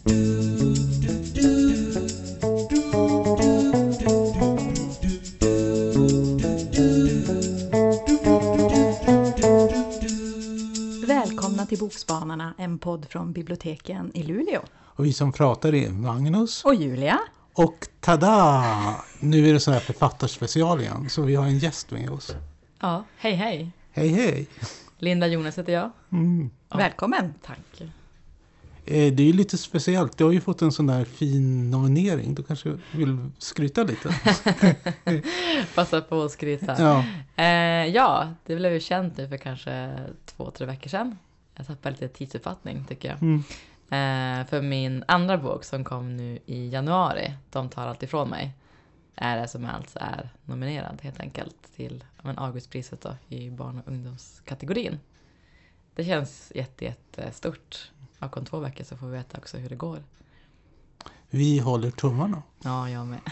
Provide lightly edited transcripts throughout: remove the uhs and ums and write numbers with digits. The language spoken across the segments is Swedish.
Välkomna till Bokspanarna, en podd från biblioteken i Luleå. Och vi som pratar är Magnus. Och Julia. Och tada! Nu är det sån här författarspecial igen, så vi har en gäst med oss. Ja, hej hej. Hej hej! Linda Jonas heter jag. Ja. Välkommen. Tack. Det är ju lite speciellt, du har ju fått en sån där fin nominering. Du kanske vill skryta lite? Passa på att skryta. Ja. Ja, det blev ju känt nu för kanske 2-3 veckor sedan. Jag tappade lite tidsuppfattning tycker jag. För min andra bok som kom nu i januari, De tar allt ifrån mig, är det som alltså är nominerad helt enkelt till Augustpriset då, i barn- och ungdomskategorin. Det känns jättestort. Och om 2 veckor så får vi veta också hur det går. Vi håller tummarna. Ja, jag med.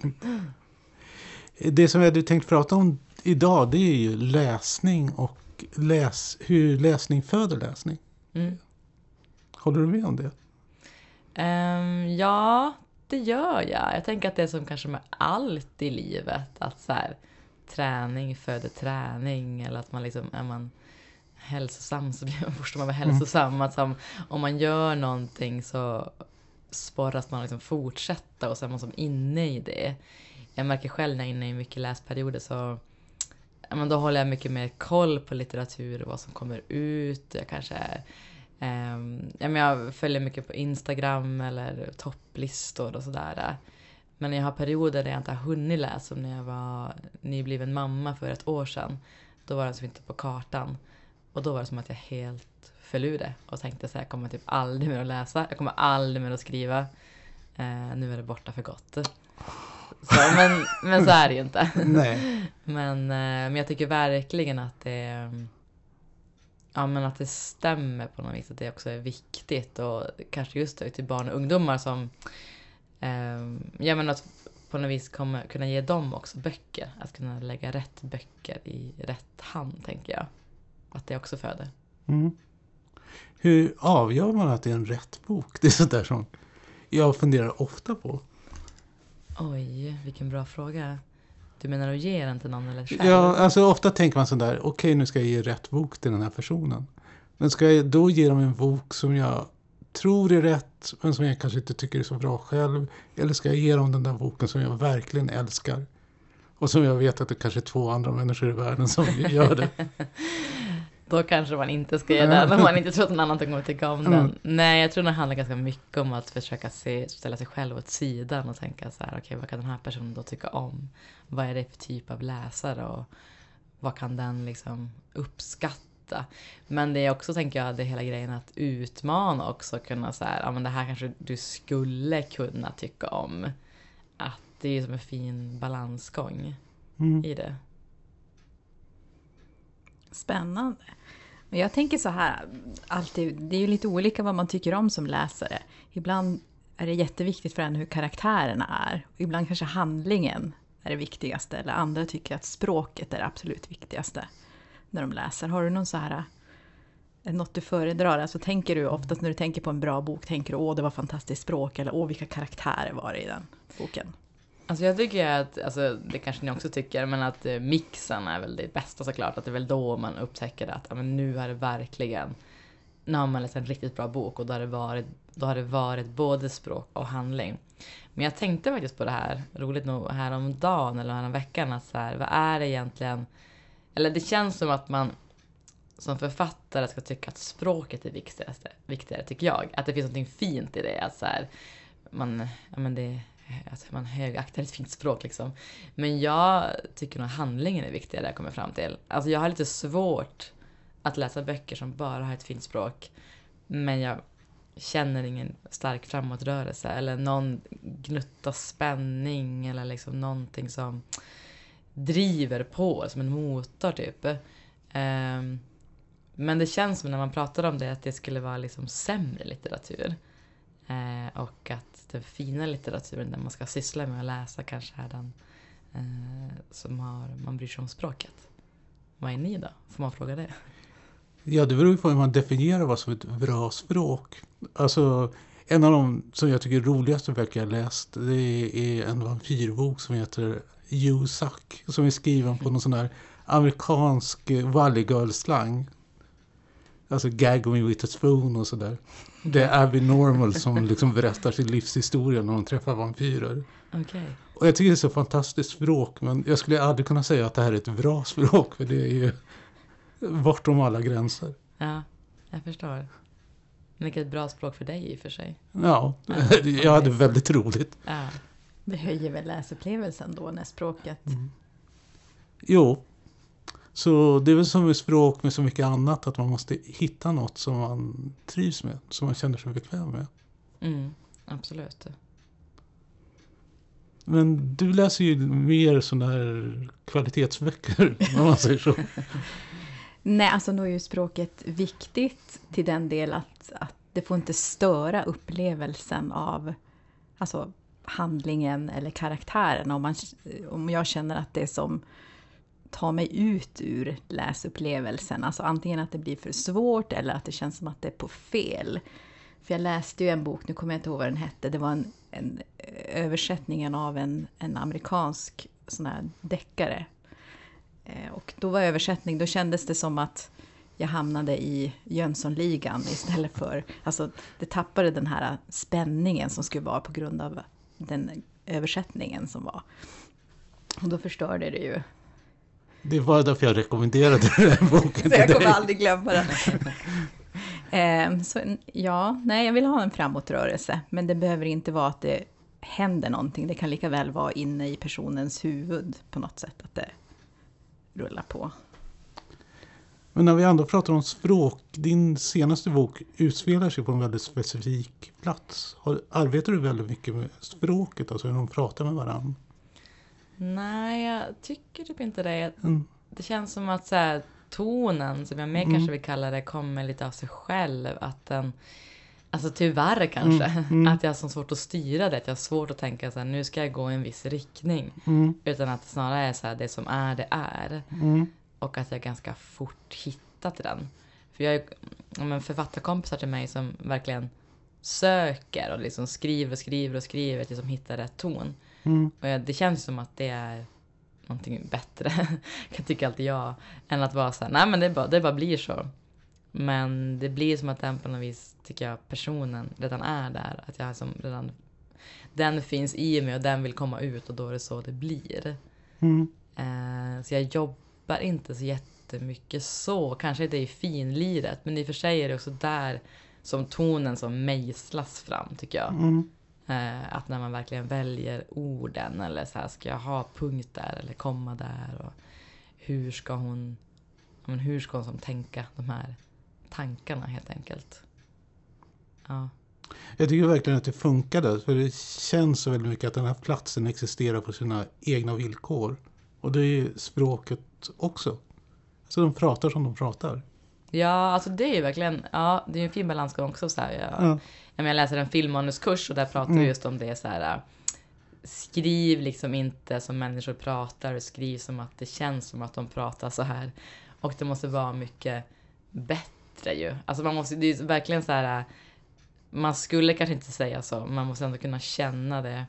Det som jag hade tänkt prata om idag, det är ju läsning och hur läsning föder läsning. Håller du med om det? Ja, det gör jag. Jag tänker att det är som kanske med allt i livet. Att så här, träning föder träning. Eller att man liksom, är man hälsosam så måste man vara hälsosam. Att om man gör någonting så sporras man liksom fortsätta. Och så är man som inne i det. Jag märker själv när jag är inne i mycket läsperioder så då håller jag mycket mer koll på litteratur och vad som kommer ut. Jag kanske jag följer mycket på Instagram eller topplistor och sådär. Men jag har perioder där jag inte har hunnit läsa, som när jag var nybliven mamma för 1 år sedan. Då var det som inte på kartan. Och då var det som att jag helt föll ur det. Och tänkte så här, jag kommer typ aldrig mer att läsa. Jag kommer aldrig mer att skriva. Nu är det borta för gott. Så, men så är det ju inte. Nej. Men jag tycker verkligen att det... Ja, men att det stämmer på något vis, att det också är viktigt och kanske just till barn och ungdomar som jag menar att på något vis kommer kunna ge dem också böcker, att kunna lägga rätt böcker i rätt hand, tänker jag, att det också föder. Hur avgör man att det är en rätt bok? Det är sånt där som jag funderar ofta på. Oj, vilken bra fråga. Du menar att ge den till någon eller själv? Ja, alltså ofta tänker man sådär, okej, nu ska jag ge rätt bok till den här personen. Men ska jag då ge dem en bok som jag tror är rätt, men som jag kanske inte tycker är så bra själv? Eller ska jag ge dem den där boken som jag verkligen älskar? Och som jag vet att det kanske är 2 andra människor i världen som gör det. Då kanske man inte ska ge den, om man inte tror att någon annan kommer tycka om den. Nej, jag tror det handlar ganska mycket om att försöka ställa sig själv åt sidan och tänka så här, okej, vad kan den här personen då tycka om? Vad är det för typ av läsare och vad kan den liksom uppskatta? Men det är också, tänker jag, det hela grejen att utmana också, kunna så här, ja men det här kanske du skulle kunna tycka om. Att det är som en fin balansgång i det. Spännande. Men jag tänker så här, alltid, det är ju lite olika vad man tycker om som läsare. Ibland är det jätteviktigt för en hur karaktärerna är. Och ibland kanske handlingen är det viktigaste. Eller andra tycker att språket är det absolut viktigaste när de läser. Har du någon så här, något du föredrar? Alltså tänker du oftast när du tänker på en bra bok, tänker du det var fantastiskt språk, eller vilka karaktärer var det i den boken? Alltså jag tycker att, alltså det kanske ni också tycker, men att mixen är väl det bästa såklart. Att det är väl då man upptäcker att men nu är det verkligen, nu har man läst en riktigt bra bok och då har det varit både språk och handling. Men jag tänkte faktiskt på det här, roligt nog, häromdagen eller härom veckan, att så här, vad är det egentligen, eller det känns som att man som författare ska tycka att språket är viktigare tycker jag. Att det finns något fint i det, att så här, man högaktar ett fint språk liksom. Men jag tycker nog handlingen är viktigare, jag kommer fram till. Alltså jag har lite svårt att läsa böcker som bara har ett fint språk, men jag känner ingen stark framåtrörelse eller någon gnutta spänning eller liksom någonting som driver på som en motor typ. Men det känns som när man pratar om det att det skulle vara liksom sämre litteratur. Och att den fina litteraturen där man ska syssla med att läsa kanske är den som man bryr sig om språket. Vad är ni då? Får man fråga det? Ja, det beror ju på hur man definierar vad som är ett bra språk. Alltså, En av de som jag tycker är roligaste böcker jag läst, det är en vampyrbok som heter You Suck, som är skriven på någon sån här amerikansk Valley Girl-slang. Alltså Gag Me With A Spoon och sådär. Det är Abby Normal som liksom berättar sin livshistoria när hon träffar vampyrer. Okej. Och jag tycker det är så fantastiskt språk, men jag skulle aldrig kunna säga att det här är ett bra språk, för det är ju bortom alla gränser. Ja, jag förstår. Vilket bra språk för dig i och för sig. Ja, jag hade väldigt roligt. Ja. Det höjer väl läsupplevelsen då när språket... Jo, så det är väl som med språk med så mycket annat, att man måste hitta något som man trivs med, som man känner sig bekväm med. Absolut. Men du läser ju mer sådana här kvalitetsböcker, om man säger så. Nej, alltså då är ju språket viktigt till den del att det får inte störa upplevelsen av alltså handlingen eller karaktären. Om jag känner att det som tar mig ut ur läsupplevelsen, alltså antingen att det blir för svårt eller att det känns som att det är på fel. För jag läste ju en bok, nu kommer jag inte ihåg vad den hette, det var en översättningen av en amerikansk sån här deckare. Och då var översättning, då kändes det som att jag hamnade i Jönssonligan istället för, alltså det tappade den här spänningen som skulle vara på grund av den översättningen som var. Och då förstörde det ju. Det var därför jag rekommenderade den här boken. Så jag kommer aldrig glömma den. Jag vill ha en framåtrörelse, men det behöver inte vara att det händer någonting. Det kan lika väl vara inne i personens huvud på något sätt, att det rullar på. Men när vi ändå pratar om språk, din senaste bok utspelar sig på en väldigt specifik plats. Arbetar du väldigt mycket med språket, alltså hur de pratar med varandra? Nej, jag tycker typ inte det. Det känns som att så här, tonen, som jag mer kanske vill kalla det, kommer lite av sig själv. Att den, alltså tyvärr kanske, att jag har så svårt att styra det. Att jag har svårt att tänka så här, nu ska jag gå i en viss riktning. Utan att det snarare är så här, det som är, det är. Och att jag ganska fort hittar till den. För jag är författarkompisar till mig som verkligen söker och liksom skriver tills de hittar rätt ton. Och det känns som att det är någonting bättre, kan tycka alltid jag, än att vara så här, nej men det bara blir så. Men det blir som att den på något vis, tycker jag, personen redan är där. Att jag som redan, den finns i mig och den vill komma ut, och då är det så det blir. Så jag jobbar inte så jättemycket så. Kanske inte i finliret, men i och för sig är det också där som tonen som mejslas fram, tycker jag. Att när man verkligen väljer orden, eller så här, ska jag ha punkt där eller komma där, och hur ska hon som tänka de här tankarna helt enkelt. Ja. Jag tycker verkligen att det funkade, för det känns så väldigt mycket att den här platsen existerar på sina egna villkor. Och det är språket också. Så de pratar som de pratar. Ja, alltså det är ju verkligen, ja, det är ju en fin balansgång också så här. Jag läser en filmmanuskurs och där pratar vi just om det så här. Skriv liksom inte som människor pratar, skriv som att det känns som att de pratar så här. Och det måste vara mycket bättre ju. Alltså det är verkligen så här, man skulle kanske inte säga så, man måste ändå kunna känna det.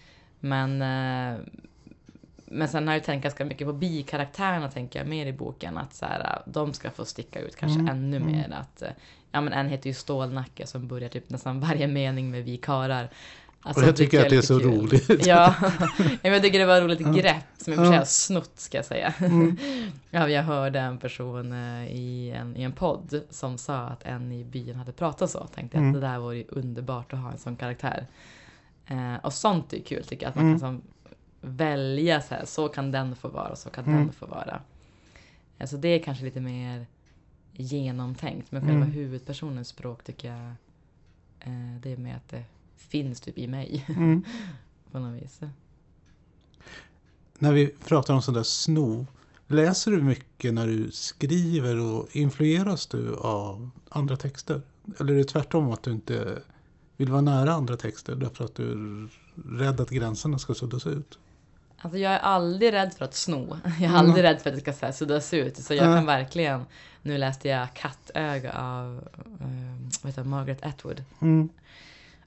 Men sen har jag tänkt ganska mycket på bikaraktärerna, tänker jag mer i boken, att så här, de ska få sticka ut kanske ännu mer. Att, en heter ju Stålnacke som börjar typ nästan varje mening med vi karar. Alltså, och jag tycker att det är så roligt. Ja, jag tycker det var ett roligt grepp som jag har snott, ska jag säga. Ja, jag hörde en person i en podd som sa att en i byn hade pratat så. Tänkte att det där var ju underbart att ha en sån karaktär. Och sånt är kul, tycker jag, att man kan som välja så här, så kan den få vara och så kan den få vara. Alltså det är kanske lite mer genomtänkt, men själva huvudpersonens språk tycker jag det är med att det finns typ i mig på något vis. När vi pratar om sådär sno, läser du mycket när du skriver, och influeras du av andra texter? Eller är det tvärtom, att du inte vill vara nära andra texter därför att du är rädd att gränserna ska suddas ut? Alltså jag är aldrig rädd för att sno. Jag är aldrig rädd för att det ska suddas ut. Så jag kan verkligen... Nu läste jag Kattöga av Margaret Atwood.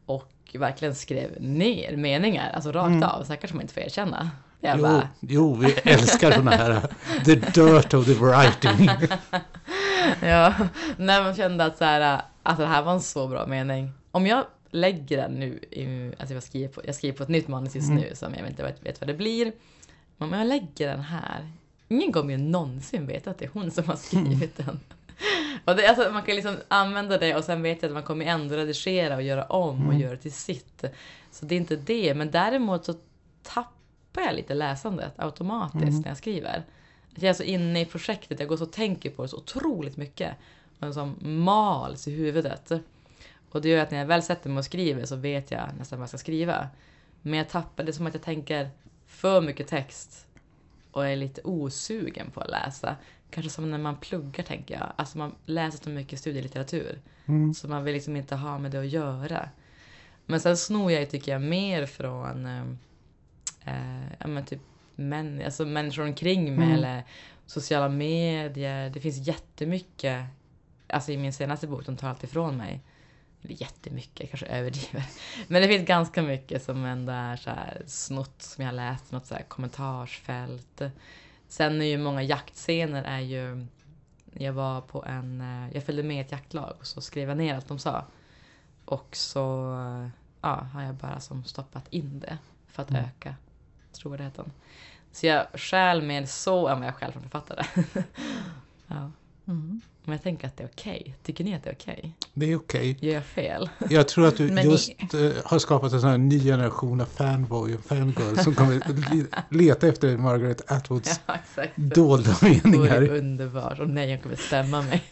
Och verkligen skrev ner meningar, alltså rakt av, säkert som man inte får erkänna. Jag bara... Jo, vi älskar såna här the dirt of the writing. Ja, när man kände att så här, alltså det här var en så bra mening. Om jag lägger den nu, alltså jag skriver på ett nytt manus just nu som jag inte vet vad det blir. Men om jag lägger den här, ingen kommer ju någonsin veta att det är hon som har skrivit den. Och det, alltså, man kan liksom använda det och sen vet jag att man kommer ändå redigera och göra om och göra till sitt. Så det är inte det, men däremot så tappar jag lite läsandet automatiskt när jag skriver. Jag är så inne i projektet, jag går så och tänker på det så otroligt mycket. Och som mals i huvudet. Och det gör att när jag väl sätter mig och skriver så vet jag nästan vad jag ska skriva. Men jag tappar det som att jag tänker för mycket text och är lite osugen på att läsa. Kanske som när man pluggar, tänker jag. Alltså man läser så mycket studielitteratur. Så man vill liksom inte ha med det att göra. Men sen snor jag, tycker jag, mer från typ alltså människor omkring mig eller sociala medier. Det finns jättemycket, alltså i min senaste bok, de tar allt ifrån mig. Eller jättemycket, kanske överdriver. Men det finns ganska mycket som ändå är så här snott som jag har läst, något så här kommentarsfält. Sen är ju många jaktscener är ju, jag följde med ett jaktlag och så skrev jag ner allt de sa. Och så har jag bara som stoppat in det för att öka trovärdigheten. Så jag stjäl med så än vad jag själv från författare. Ja. Men jag tänker att det är okej. Tycker ni att det är okej? Det är okej. Gör jag fel? Jag tror att du har skapat en sån här ny generation av fanboy och fangirl som kommer leta efter Margaret Atwoods dolda meningar. Det är underbart. Och nej, jag kommer stämma mig.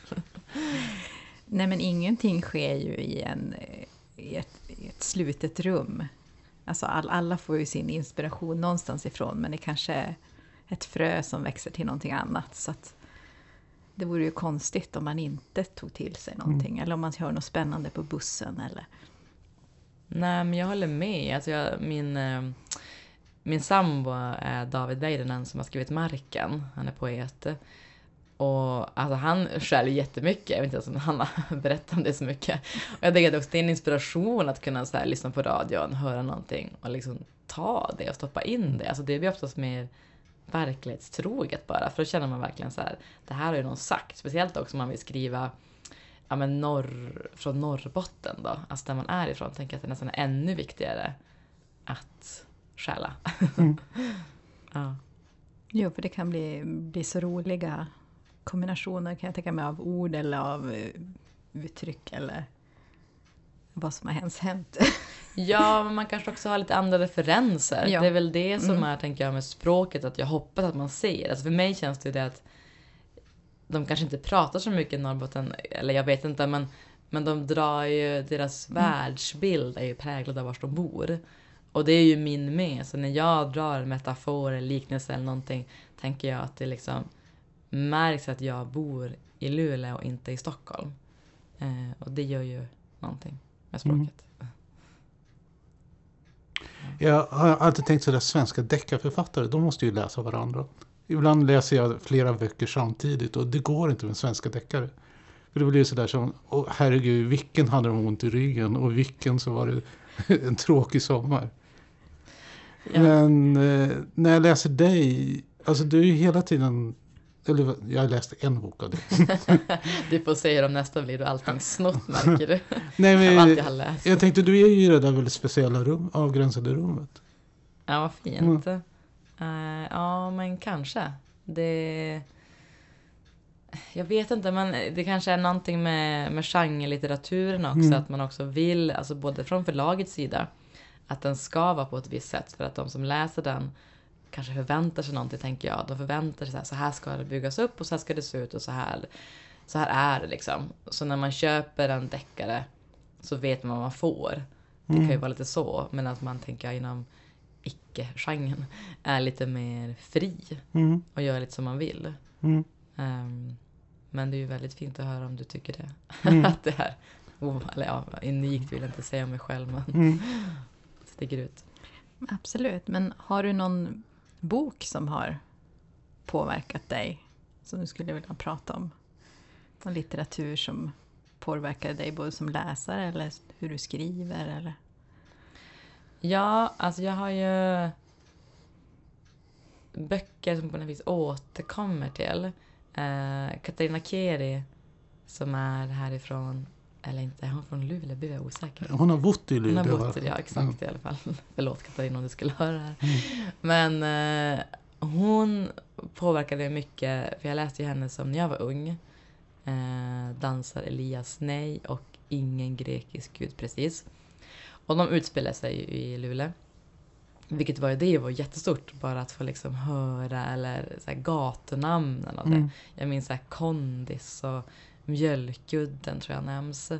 Nej, men ingenting sker ju i ett slutet rum. Alltså alla får ju sin inspiration någonstans ifrån, men det kanske är ett frö som växer till någonting annat. Så att det vore ju konstigt om man inte tog till sig någonting. Eller om man hör något spännande på bussen. Eller... Nej, men jag håller med. Alltså min sambo är David Väyrynen som har skrivit Marken. Han är poet. Och alltså, han själv jättemycket. Jag vet inte om han har berättat om det så mycket. Och jag tänker att det är en inspiration att kunna så här, lyssna på radion, höra någonting och liksom ta det och stoppa in det. Alltså det blir oftast mer verklighetstroget bara. För då känner man verkligen så här, det här har ju någon sagt. Speciellt också om man vill skriva från Norrbotten då. Alltså där man är ifrån. Tänker jag att det nästan är ännu viktigare att stjäla. Ja. Jo, för det kan bli så roliga kombinationer, kan jag tänka mig, av ord eller av uttryck eller vad som har hänt. Ja, men man kanske också har lite andra referenser. Ja. Det är väl det som är, tänker jag, med språket, att jag hoppas att man ser. Alltså för mig känns det att de kanske inte pratar så mycket i Norrbotten, eller jag vet inte, men de drar ju, deras världsbild är ju präglad av var de bor. Och det är ju min med. Så när jag drar en metafor eller liknelse eller någonting, tänker jag att det liksom märks att jag bor i Luleå och inte i Stockholm. Och det gör ju någonting med språket. Jag har alltid tänkt sådär, svenska deckarförfattare, de måste ju läsa varandra. Ibland läser jag flera böcker samtidigt och det går inte med svenska deckare. För det blir sådär som, herregud, vilken hade de ont i ryggen och vilken så var det en tråkig sommar. Ja. Men när jag läser dig, alltså du är ju hela tiden, eller jag läste en bok av dig. Du får se hur de nästa blir, och allting snott, märker du. Nej, men jag har läst. Jag tänkte, du är ju i det där väldigt speciella avgränsade rummet. Ja, vad fint. Ja, men kanske. Jag vet inte, men det kanske är någonting med genre-litteraturen också, att man också vill, alltså både från förlagets sida, att den ska vara på ett visst sätt, för att de som läser den kanske förväntar sig någonting, tänker jag. De förväntar sig så här ska det byggas upp och så här ska det se ut och så här är det liksom. Så när man köper en deckare så vet man vad man får. Det kan ju vara lite så, men att man tänker inom icke-genren är lite mer fri och gör lite som man vill. Men det är ju väldigt fint att höra om du tycker det. Att det här, unikt vill jag inte säga om mig själv, men sticker ut. Absolut, men har du någon bok som har påverkat dig som du skulle vilja prata om? Någon litteratur som påverkar dig både som läsare eller hur du skriver? Eller? Ja, alltså jag har ju böcker som på något vis återkommer till. Katarina Keri som är härifrån, eller inte, är hon från Luleå? Blir jag osäker. Hon har bott i Luleå. Hon har bott i, ja exakt i alla fall. Förlåt Katarina om du skulle höra det här. Men hon påverkade mig mycket, för jag läste ju henne som när jag var ung. Dansar Elias Nej och Ingen grekisk gud precis. Och de utspelade sig i Luleå. Vilket var ju det var jättestort. Bara att få liksom höra eller så här, gatunamnen och det. Jag minns så här, Kondis och Mjölkudden tror jag nämns.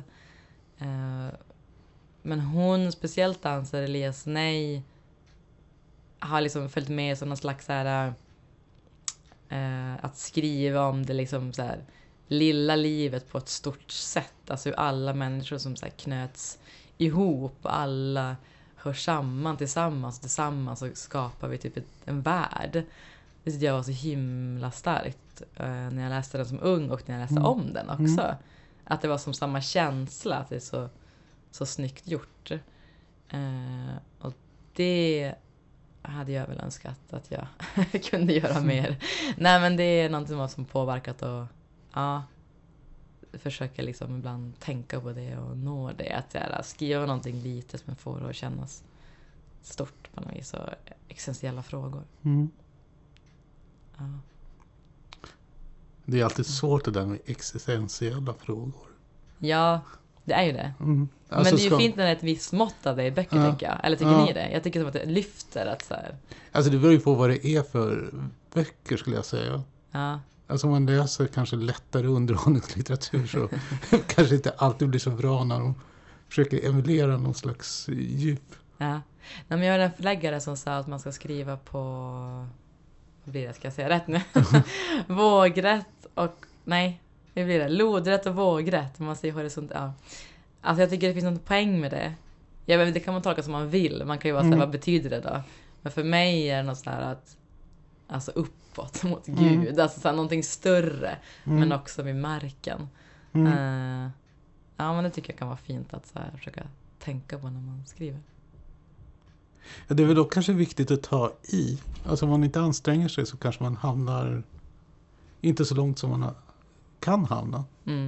Men hon, speciellt dansar Elias Nej, har liksom följt med som någon slags så här, att skriva om det liksom så här, lilla livet på ett stort sätt. Alltså hur alla människor som så här knöts ihop och alla hör samman tillsammans så skapar vi typ en värld. Det tyckte jag var så himla starkt när jag läste den som ung och när jag läste om den också. Att det var som samma känsla, att det är så snyggt gjort. Och det hade jag väl önskat att jag kunde göra mer. Nej, men det är någonting som påverkat och ja, försöka liksom ibland tänka på det och nå det. Att jag skriva någonting litet men får det att kännas stort på något vis och essentiella frågor. Ja. Det är alltid svårt det där med existentiella frågor. Ja, det är ju det. Alltså men det är ju fint när det är ett visst mått av det i böcker, tänker jag. Eller tycker ni det? Jag tycker som att det lyfter att så här. Alltså det beror ju på vad det är för böcker skulle jag säga. Ja. Alltså om man läser kanske lättare underhållningslitteratur så kanske inte alltid blir så bra när de försöker emulera någon slags djup. Ja. Nej, men jag har en förläggare som sa att man ska skriva på, vad blir det, ska jag säga rätt nu? Vågrätt och, nej, vad blir det? Lodrätt och vågrätt. Man säger horisont, ja. Alltså jag tycker det finns någon poäng med det. Ja, men det kan man tolka som man vill. Man kan ju vara så här, vad betyder det då? Men för mig är det något så här att, alltså uppåt mot Gud. Alltså så här, någonting större. Men också vid marken. Ja, men det tycker jag kan vara fint att så här, försöka tänka på när man skriver. Ja, det är väl då kanske viktigt att ta i. Alltså om man inte anstränger sig så kanske man hamnar inte så långt som man kan hamna.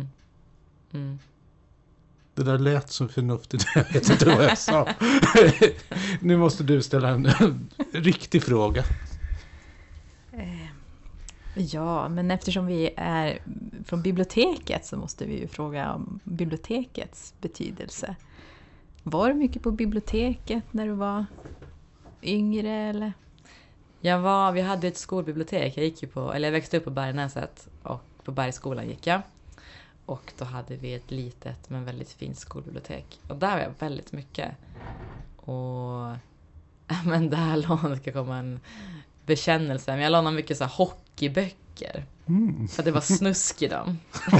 Det där lät som förnuftigt. Jag vet inte vad jag sa. Nu måste du ställa en riktig fråga. Ja, men eftersom vi är från biblioteket så måste vi ju fråga om bibliotekets betydelse. Var du mycket på biblioteket när du var yngre eller? Vi hade ett skolbibliotek. Jag växte upp på Bergnäset och på Bergsskolan gick jag. Och då hade vi ett litet men väldigt fint skolbibliotek. Och där var jag väldigt mycket. Och men där ska komma en bekännelse. Men jag lånade mycket så här hockeyböcker. För det var snusk i dem.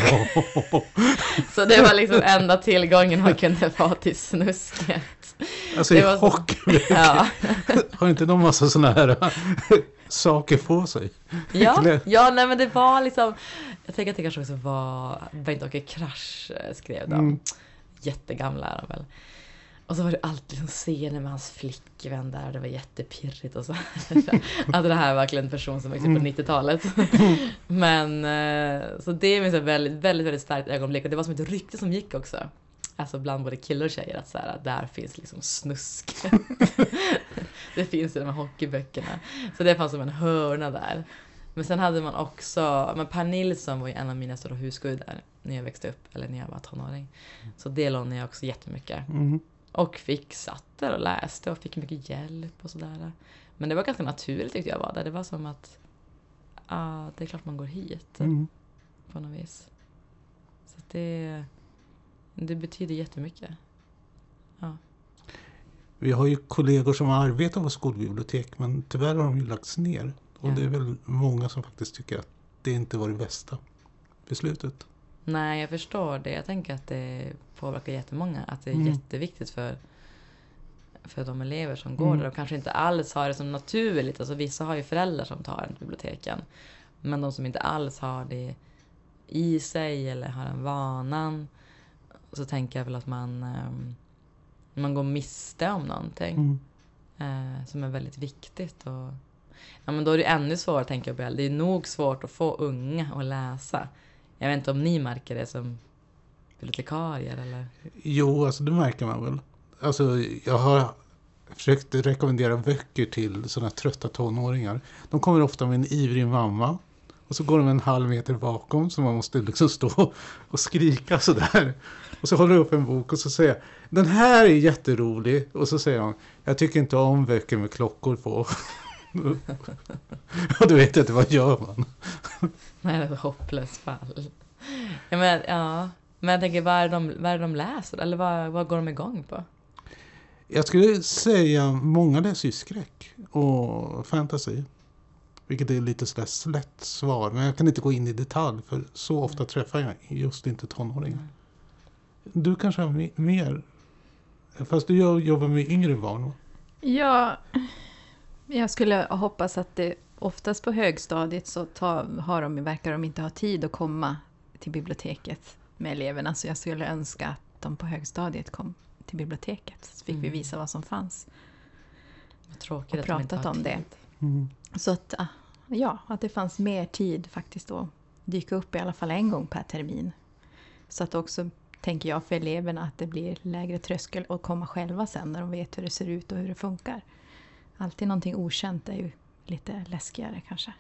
Så det var liksom enda tillgången man kunde få till snusket. Alltså det i hockeyböcker? Ja. Har inte de massa såna här saker på sig? Ja, nej men det var liksom, jag tänker att det kanske också var Bengt Åke Krasch skrev dem. Jättegamla är de väl. Och så var det alltid liksom scener med hans flickvän där och det var jättepirrigt och så. Alltså det här är verkligen en person som växte på 90-talet. Men så det är ett väldigt, väldigt, väldigt starkt ögonblick och det var som ett rykte som gick också. Alltså bland både killar och tjejer att så här, där finns liksom snusk. Det finns i de här hockeyböckerna. Så det fanns som en hörna där. Men sen hade man också, men Per Nilsson var ju en av mina stora husgudar när jag växte upp, eller när jag var tonåring. Så det lånade jag också jättemycket. Och satt där och läste och fick mycket hjälp och sådär. Men det var ganska naturligt tyckte jag var där. Det var som att, det är klart man går hit på något vis. Så det betyder jättemycket. Ja. Vi har ju kollegor som arbetar på skolbibliotek men tyvärr har de ju lagts ner. Och det är väl många som faktiskt tycker att det inte var det bästa beslutet. Nej, jag förstår det. Jag tänker att det påverkar jättemånga. Att det är jätteviktigt för de elever som går där och kanske inte alls har det som naturligt. Alltså vissa har ju föräldrar som tar en biblioteken. Men de som inte alls har det i sig eller har en vanan så tänker jag väl att man går miste om någonting som är väldigt viktigt. Och, ja, men då är det ännu svårare, tänker jag. Det är nog svårt att få unga att läsa. Jag vet inte om ni märker det som bibliotekarier eller? Jo, alltså det märker man väl. Alltså jag har försökt rekommendera böcker till sådana trötta tonåringar. De kommer ofta med en ivrig mamma. Och så går de en halv meter bakom så man måste liksom stå och skrika sådär. Och så håller jag upp en bok och så säger jag, den här är jätterolig. Och så säger de, jag tycker inte om böcker med klockor på. Och då vet jag inte, vad gör man? Nej, det är ett hopplöst fall. Men jag tänker, vad är det de läser? Eller vad går de igång på? Jag skulle säga, många läser ju skräck och fantasy. Vilket är lite sådär slätt svar. Men jag kan inte gå in i detalj för så ofta träffar jag just inte tonåringar. Du kanske har mer? Fast du jobbar med yngre barn, va? Ja, jag skulle hoppas att det oftast på högstadiet så verkar de inte ha tid att komma till biblioteket med eleverna. Så jag skulle önska att de på högstadiet kom till biblioteket. Så fick vi visa vad som fanns. Vad tråkigt och pratat om det. Så att, att det fanns mer tid faktiskt att dyka upp i alla fall en gång per termin. Så att också, tänker jag, för eleverna att det blir lägre tröskel att komma själva sen när de vet hur det ser ut och hur det funkar. Alltid någonting okänt är ju lite läskigare kanske.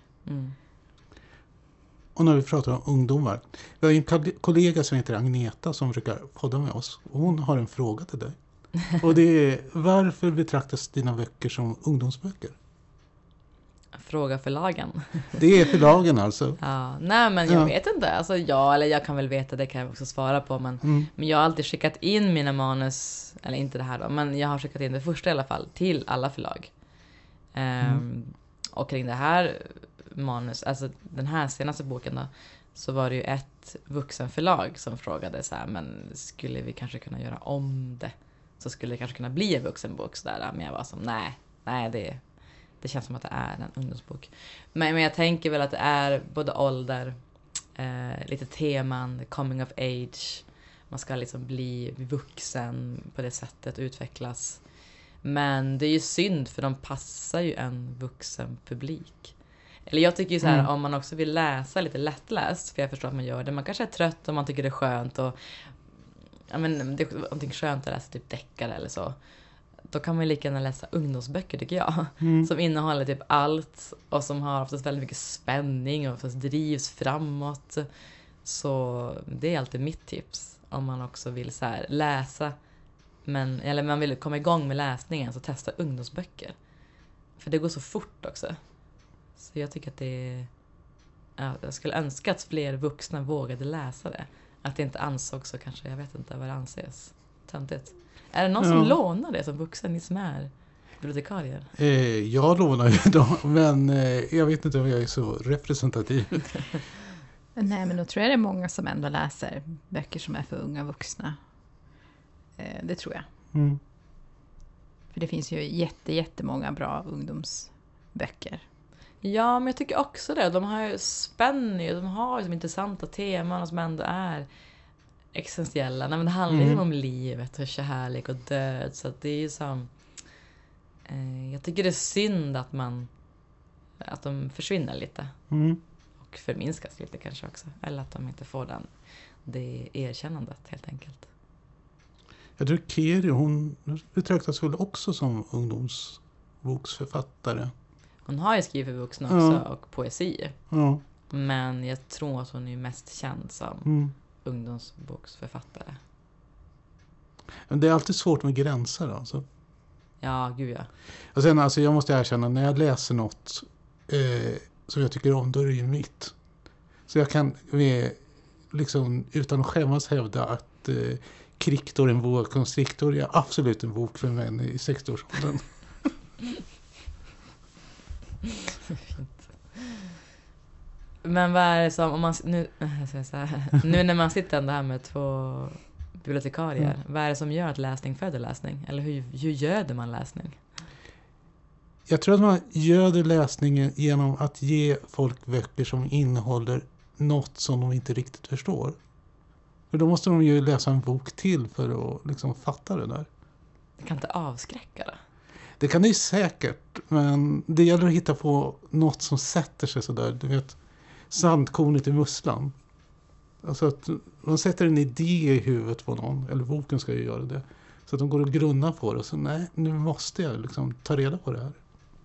Och när vi pratar om ungdomar. Vi har en kollega som heter Agneta som brukar podda med oss. Och hon har en fråga till dig. Och det är, varför betraktas dina böcker som ungdomsböcker? Fråga förlagen. Det är förlagen alltså. Ja, nej men jag vet inte. Alltså eller jag kan väl veta, det kan jag också svara på. Men jag har alltid skickat in mina manus, eller inte det här då, men jag har skickat in det första i alla fall till alla förlag. Och kring det här manus, alltså den här senaste boken då, så var det ju ett vuxenförlag som frågade så här, men skulle vi kanske kunna göra om det? Så skulle det kanske kunna bli en vuxenbok sådär. Men jag var som, nej det känns som att det är en ungdomsbok. Men jag tänker väl att det är både ålder, lite teman, coming of age. Man ska liksom bli vuxen på det sättet, utvecklas. Men det är ju synd för de passar ju en vuxen publik. Eller jag tycker ju så här, om man också vill läsa lite lättläst, för jag förstår att man gör det. Man kanske är trött och man tycker det är skönt. Och, det är någonting skönt att läsa typ deckare eller så. Då kan man ju lika gärna läsa ungdomsböcker tycker jag. Som innehåller typ allt. Och som har oftast väldigt mycket spänning och oftast drivs framåt. Så det är alltid mitt tips. Om man också vill så här, läsa. Eller man vill komma igång med läsningen, så testa ungdomsböcker. För det går så fort också. Så jag tycker att jag skulle önska att fler vuxna vågade läsa det. Att det inte ansågs så kanske, jag vet inte vad det anses. Töntigt. Är det någon som lånar det som vuxen, ni som är bibliotekarier? Jag lånar ju dem, men jag vet inte om jag är så representativ. Nej, men då tror jag det är många som ändå läser böcker som är för unga vuxna. Det tror jag. För det finns ju jättemånga bra ungdomsböcker. Ja, men jag tycker också det. De har ju spänning, de har ju intressanta teman som ändå är existentiella. Nej, men det handlar ju om livet och kärlek och död. Så att det är ju som... jag tycker det är synd att de försvinner lite. Och förminskas lite kanske också. Eller att de inte får det erkännandet helt enkelt. Jag tror Keri, hon betraktas väl också som ungdomsboksförfattare. Hon har ju skrivit vuxna också och poesi. Ja. Men jag tror att hon är mest känd som ungdomsboksförfattare. Men det är alltid svårt med gränser alltså. Ja, gud ja. Och sen alltså jag måste erkänna, när jag läser något som jag tycker om, då är det ju mitt. Så jag kan liksom utan att skämmas hävda att Kriktor, en boa constrictor, är absolut en bok för män i 60-årsåldern. Men vad är det som, om man nu när man sitter ändå här med två bibliotekarier, vad är det som gör att läsning föder läsning? Eller hur göder man läsning? Jag tror att man göder läsningen genom att ge folk böcker som innehåller något som de inte riktigt förstår. För då måste de ju läsa en bok till för att liksom fatta det där. Det kan inte avskräcka då? Det kan det ju säkert, men det gäller att hitta på något som sätter sig sådär. Du vet, sandkornet i musslan. Alltså att man sätter en idé i huvudet på någon, eller boken ska ju göra det. Så att de går och grunnar på det och så nej, nu måste jag liksom ta reda på det här.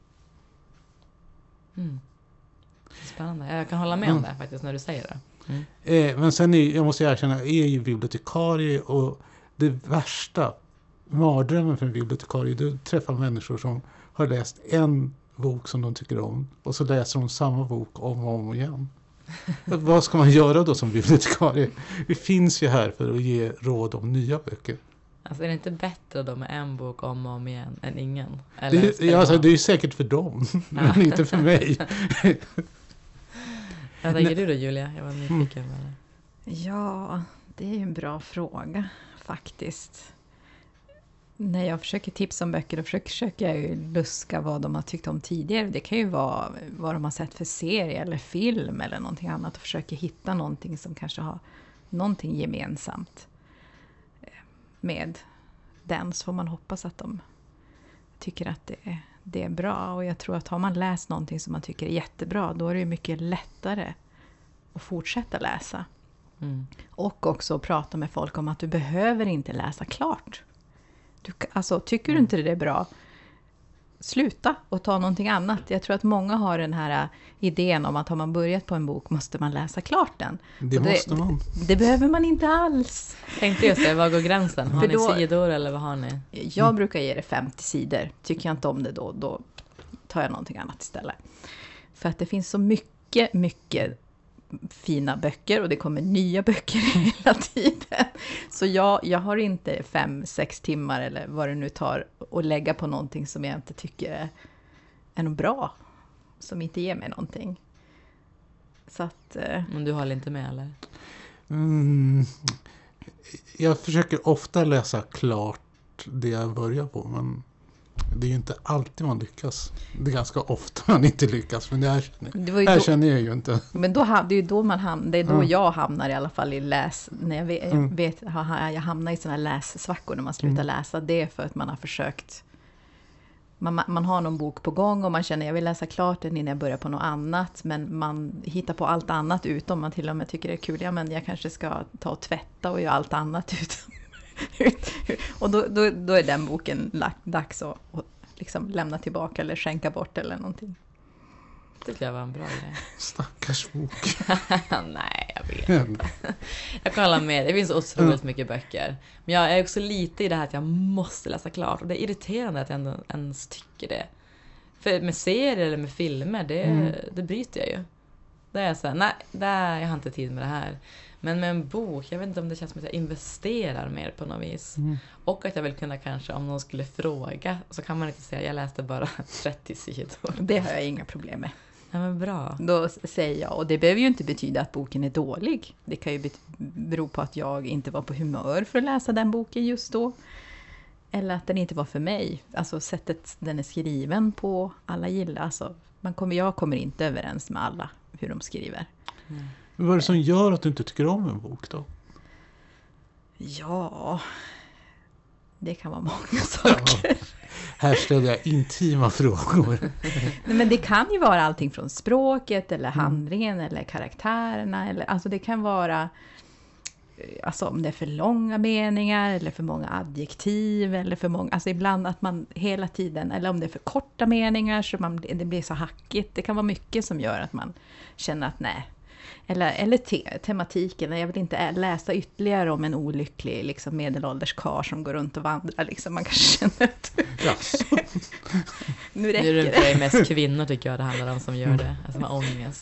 Mm. Spännande. Jag kan hålla med om det faktiskt när du säger det. Men sen jag måste erkänna, jag är ju bibliotekarie och det värsta mardrömmen för en bibliotekarie, du träffar människor som har läst en bok som de tycker om och så läser de samma bok om och om igen. Vad ska man göra då som bibliotekarie? Vi finns ju här för att ge råd om nya böcker. Alltså är det inte bättre då med en bok om och om igen än ingen? Det är ju säkert för dem, men inte för mig. Vad tänker du då, Julia? Jag var nyfiken med det. Ja, det är ju en bra fråga faktiskt. När jag försöker tipsa om böcker, då försöker jag ju luska vad de har tyckt om tidigare. Det kan ju vara vad de har sett för serie eller film eller någonting annat. Och försöker hitta någonting som kanske har någonting gemensamt med den. Så får man hoppas att de tycker att det är bra. Och jag tror att har man läst någonting som man tycker är jättebra, då är det ju mycket lättare att fortsätta läsa. Mm. Och också prata med folk om att du behöver inte läsa klart. Alltså, tycker du inte det är bra, sluta och ta någonting annat. Jag tror att många har den här idén om att har man börjat på en bok måste man läsa klart den. Det måste man. Det behöver man inte alls. Tänkte just det, vad går gränsen? Har ni sidor eller vad har ni? Jag brukar ge det 50 sidor. Tycker jag inte om det då tar jag någonting annat istället. För att det finns så mycket fina böcker och det kommer nya böcker hela tiden. Så jag har inte 5-6 timmar eller vad det nu tar att lägga på någonting som jag inte tycker är något bra. Som inte ger mig någonting. Så att... Men du håller inte med eller? Jag försöker ofta läsa klart det jag börjar på, men det är ju inte alltid man lyckas. Det är ganska ofta man inte lyckas, men det här känner jag ju inte. Men det är ju då jag hamnar i alla fall i när jag hamnar i såna här lässvackor när man slutar läsa. Det är för att man har försökt, man har någon bok på gång och man känner jag vill läsa klart den innan jag börjar på något annat, men man hittar på allt annat utom man till och med tycker det är kul. Ja, men jag kanske ska ta och tvätta och göra allt annat utom. Och då är den boken dags att liksom lämna tillbaka eller skänka bort eller någonting. Det tycker jag var en bra grej. Stackars bok. Nej, jag vet inte. Jag kan hålla med. Det finns otroligt mycket böcker. Men jag är också lite i det här att jag måste läsa klart. Och det är irriterande att jag ändå ens tycker det. För med serier eller med filmer, det bryter jag ju. Det är så här, nej, jag har inte tid med det här. Men med en bok, jag vet inte om det känns som att jag investerar mer på något vis. Och att jag vill kunna kanske, om någon skulle fråga, så kan man inte säga, jag läste bara 30 sidor. Det har jag inga problem med. Ja, men bra. Då säger jag, och det behöver ju inte betyda att boken är dålig. Det kan ju bero på att jag inte var på humör för att läsa den boken just då. Eller att den inte var för mig. Alltså sättet den är skriven på, alla gillar. Alltså, jag kommer inte överens med alla hur de skriver. Men vad är det som gör att du inte tycker om en bok då? Ja, det kan vara många saker. Ja, här ställer jag intima frågor. Nej, men det kan ju vara allting från språket eller handlingen eller karaktärerna. Alltså det kan vara om det är för långa meningar eller för många adjektiv. Eller för många, alltså ibland att man hela tiden, eller om det är för korta meningar så det blir så hackigt. Det kan vara mycket som gör att man känner att nej. Eller tematiken, jag vill inte läsa ytterligare om en olycklig liksom, medelålders karl som går runt och vandrar. Liksom, man kanske känner att nu räcker det. Det är mest kvinnor tycker jag det handlar om som gör det. Alltså med ångest.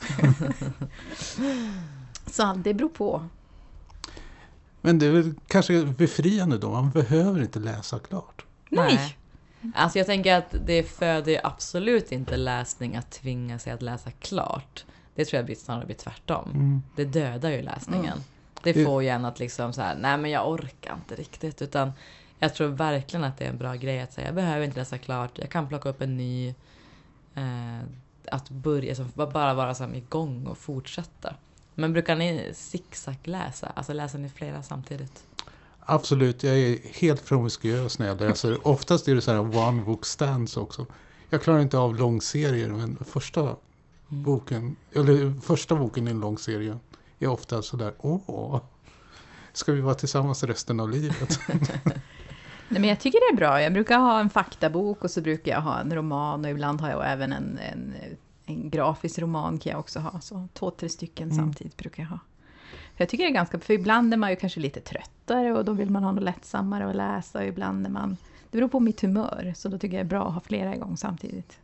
Så det beror på. Men det är väl kanske befriande då, man behöver inte läsa klart. Nej. Alltså jag tänker att det föder absolut inte läsning att tvinga sig att läsa klart. Det tror jag snarare blir tvärtom. Det dödar ju läsningen. Det får ju en att liksom så här, nej men jag orkar inte riktigt. Utan jag tror verkligen att det är en bra grej att säga, jag behöver inte läsa klart. Jag kan plocka upp en ny, att börja, bara vara så här igång och fortsätta. Men brukar ni zigzag läsa? Alltså läser ni flera samtidigt? Absolut, jag är helt promiskuös när jag läser. Oftast är det så här one book stands också. Jag klarar inte av långserier, men första boken i en lång serie är ofta så där, ska vi vara tillsammans resten av livet? Nej, men jag tycker det är bra. Jag brukar ha en faktabok och så brukar jag ha en roman och ibland har jag även en grafisk roman kan jag också ha. Så 2-3 stycken samtidigt brukar jag ha. Jag tycker det är ganska, för ibland är man ju kanske lite tröttare och då vill man ha något lättsammare att läsa och ibland är man, det beror på mitt humör, så då tycker jag det är bra att ha flera igång samtidigt.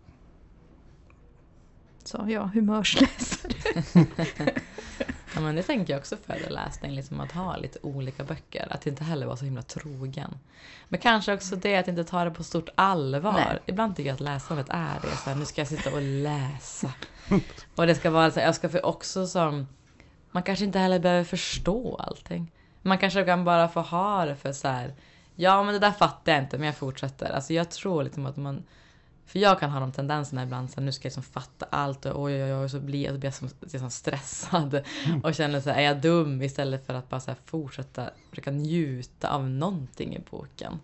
Så ja, humörsläsare. Ja, men det tänker jag också föreläsning, liksom att ha lite olika böcker, att inte heller vara så himla trogen. Men kanske också det att inte ta det på stort allvar. Nej. Ibland tycker jag att läsandet är det, så här, nu ska jag sitta och läsa. Och det ska vara så här, jag ska också som, man kanske inte heller behöver förstå allting. Man kanske kan bara få ha det för så här, ja men det där fattar jag inte, men jag fortsätter. Alltså jag tror liksom att man, för jag kan ha de tendenserna ibland, så här, nu ska jag liksom fatta allt och oj, så blir jag så stressad och känner så här, är jag dum, istället för att bara så här fortsätta försöka njuta av någonting i boken.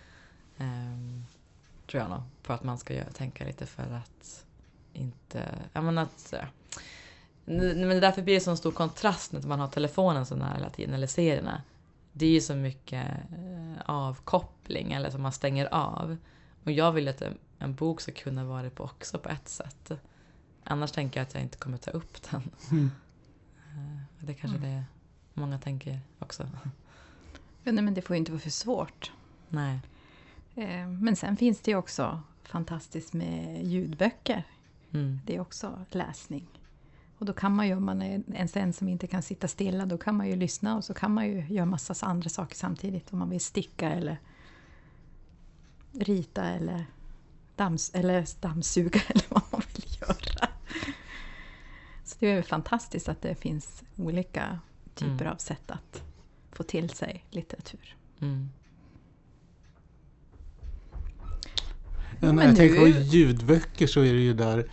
Tror jag nog på att man ska tänka lite för att inte, jag menar att men därför blir det så stor kontrast när man har telefonen så nära hela tiden, eller serierna. Det är ju så mycket avkoppling, eller som man stänger av. Och jag vill att en bok ska kunna vara det på också på ett sätt. Annars tänker jag att jag inte kommer ta upp den. Det kanske det många tänker också. Ja, nej, men det får ju inte vara för svårt. Nej. Men sen finns det ju också fantastiskt med ljudböcker. Det är också läsning. Och då kan man ju, om man är en som inte kan sitta stilla, då kan man ju lyssna och så kan man ju göra massa andra saker samtidigt. Om man vill sticka eller rita eller dammsuga eller vad man vill göra. Så det är fantastiskt att det finns olika typer av sätt att få till sig litteratur. När jag tänker på ljudböcker så är det ju där,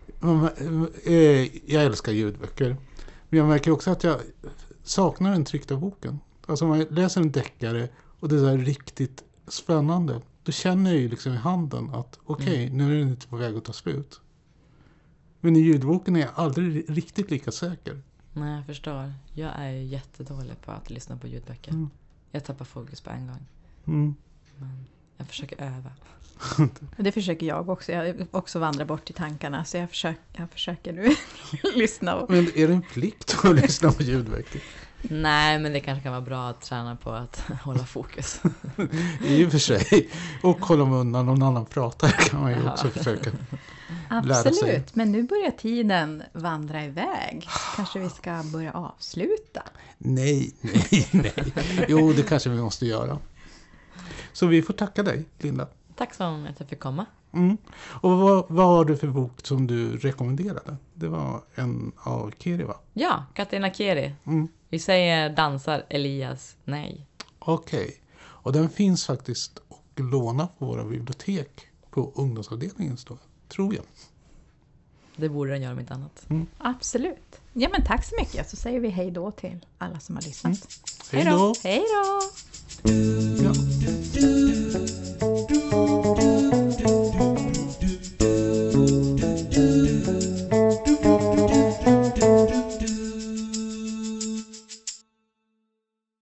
jag älskar ljudböcker, men jag märker också att jag saknar den tryckta boken. Alltså om man läser en deckare och det är där riktigt spännande, då känner jag ju liksom i handen att okej, nu är den inte på väg att ta slut. Men i ljudboken är jag aldrig riktigt lika säker. Nej, jag förstår. Jag är ju jättedålig på att lyssna på ljudböcker. Jag tappar fokus på en gång. Men jag försöker öva. Det försöker jag också. Jag också vandrar bort i tankarna. Så jag försöker nu lyssna. Men är det en plikt att lyssna på ljudböcker? Nej, men det kanske kan vara bra att träna på att hålla fokus. I och för sig. Och kolla om undan någon annan pratar kan man ju också försöka lära sig. Absolut, men nu börjar tiden vandra iväg. Kanske vi ska börja avsluta? Nej. Jo, det kanske vi måste göra. Så vi får tacka dig, Linda. Tack så mycket att jag fick komma. Och vad har du för bok som du rekommenderade? Det var en av Keri, va? Ja, Katarina Keri. Vi säger dansar Elias nej. Okej. Och den finns faktiskt att låna på våra bibliotek på ungdomsavdelningen, tror jag. Det borde den göra om inte annat. Absolut. Ja, men tack så mycket. Så säger vi hej då till alla som har lyssnat. Hej då! Hej då!